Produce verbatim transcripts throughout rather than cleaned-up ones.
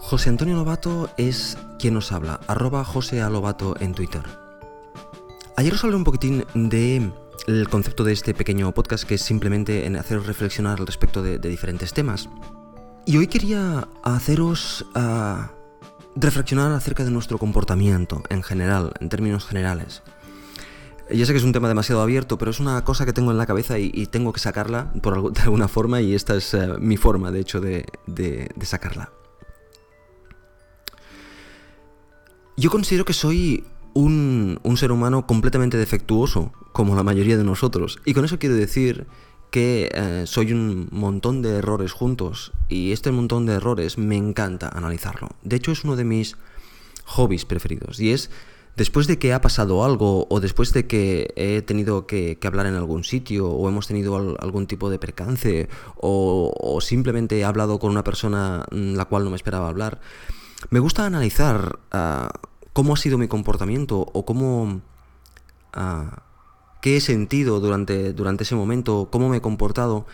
José Antonio Lobato es quien nos habla, arroba José A. Lobato en Twitter. Ayer os hablé un poquitín del concepto de este pequeño podcast, que es simplemente en haceros reflexionar al respecto de, de diferentes temas. Y hoy quería haceros uh, reflexionar acerca de nuestro comportamiento en general, en términos generales. Ya sé que es un tema demasiado abierto, pero es una cosa que tengo en la cabeza y, y tengo que sacarla por, de alguna forma, y esta es uh, mi forma, de hecho, de, de, de sacarla. Yo considero que soy un, un ser humano completamente defectuoso, como la mayoría de nosotros. Y con eso quiero decir que eh, soy un montón de errores juntos. Y este montón de errores me encanta analizarlo. De hecho, es uno de mis hobbies preferidos. Y es, después de que ha pasado algo, o después de que he tenido que, que hablar en algún sitio, o hemos tenido al, algún tipo de percance, o, o simplemente he hablado con una persona la cual no me esperaba hablar, me gusta analizar uh, cómo ha sido mi comportamiento o cómo uh, qué he sentido durante, durante ese momento, cómo me he comportado,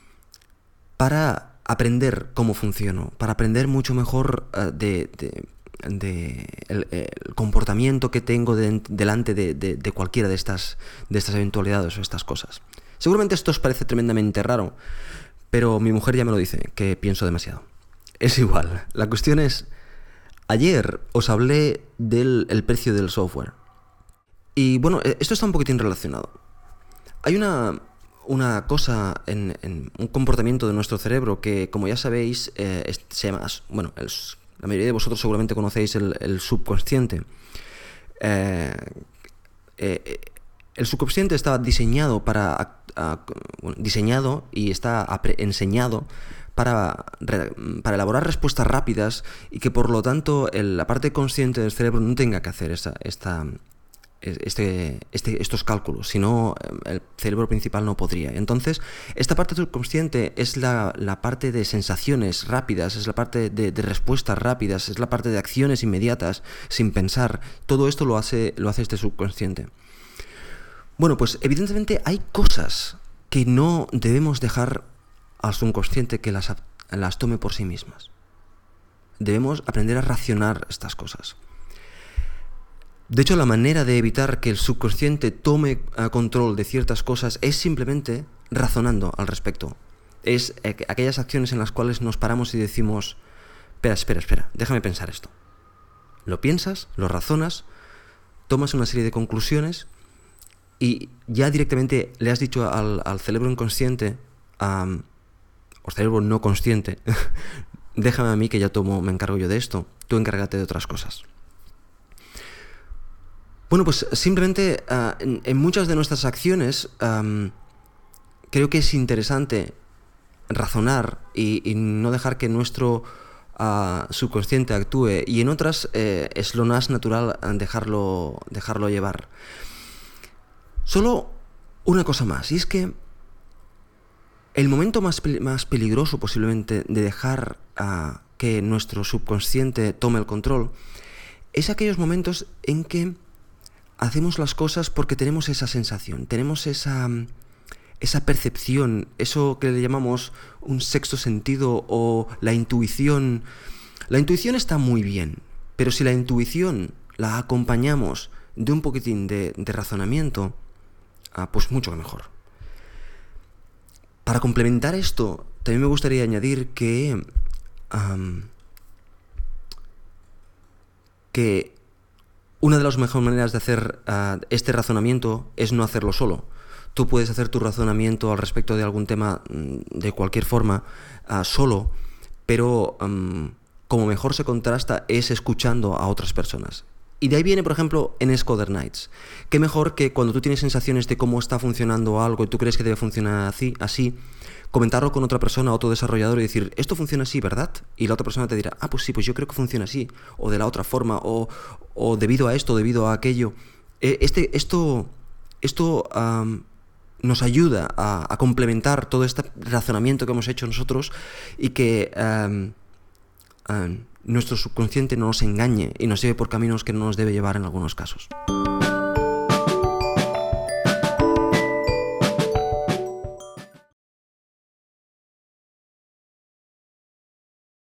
para aprender cómo funciono, para aprender mucho mejor uh, de, de, de el, el comportamiento que tengo de, delante de, de, de cualquiera de estas, de estas eventualidades o estas cosas. Seguramente esto os parece tremendamente raro, pero mi mujer ya me lo dice, que pienso demasiado. Es igual, la cuestión es... Ayer os hablé del el precio del software. Y bueno, esto está un poquitín relacionado. Hay una, una cosa en, en un comportamiento de nuestro cerebro que, como ya sabéis, eh, se llama... Bueno, el, la mayoría de vosotros seguramente conocéis el, el subconsciente. Eh, eh, el subconsciente está diseñado para... A, a, bueno, diseñado y está apre, enseñado Para, para elaborar respuestas rápidas, y que por lo tanto el, la parte consciente del cerebro no tenga que hacer esa, esta, este, este, estos cálculos, sino el cerebro principal no podría. Entonces, esta parte subconsciente es la, la parte de sensaciones rápidas, es la parte de, de respuestas rápidas, es la parte de acciones inmediatas, sin pensar. Todo esto lo hace, lo hace este subconsciente. Bueno, pues evidentemente hay cosas que no debemos dejar al subconsciente que las, las tome por sí mismas. Debemos aprender a racionar estas cosas. De hecho, la manera de evitar que el subconsciente tome control de ciertas cosas es simplemente razonando al respecto. Es aquellas acciones en las cuales nos paramos y decimos: espera, espera, espera, déjame pensar esto. Lo piensas, lo razonas, tomas una serie de conclusiones y ya directamente le has dicho al, al cerebro inconsciente, um, o cerebro no consciente, déjame a mí que ya tomo, me encargo yo de esto, tú encárgate de otras cosas. Bueno, pues simplemente uh, en, en muchas de nuestras acciones um, creo que es interesante razonar y, y no dejar que nuestro uh, subconsciente actúe, y en otras eh, es lo más natural dejarlo, dejarlo llevar. Solo una cosa más, y es que el momento más, más peligroso posiblemente de dejar uh, que nuestro subconsciente tome el control es aquellos momentos en que hacemos las cosas porque tenemos esa sensación, tenemos esa, esa percepción, eso que le llamamos un sexto sentido o la intuición. La intuición está muy bien, pero si la intuición la acompañamos de un poquitín de, de razonamiento, uh, pues mucho mejor. Para complementar esto, también me gustaría añadir que, um, que una de las mejores maneras de hacer uh, este razonamiento es no hacerlo solo. Tú puedes hacer tu razonamiento al respecto de algún tema de cualquier forma uh, solo, pero um, como mejor se contrasta es escuchando a otras personas. Y de ahí viene, por ejemplo, en Encoder Nights. Qué mejor que cuando tú tienes sensaciones de cómo está funcionando algo y tú crees que debe funcionar así, así, comentarlo con otra persona, otro desarrollador, y decir, esto funciona así, ¿verdad? Y la otra persona te dirá, ah, pues sí, pues yo creo que funciona así, o de la otra forma, o, o debido a esto, debido a aquello. Este, esto esto um, nos ayuda a, a complementar todo este razonamiento que hemos hecho nosotros, y que um, um, nuestro subconsciente no nos engañe y nos lleve por caminos que no nos debe llevar en algunos casos.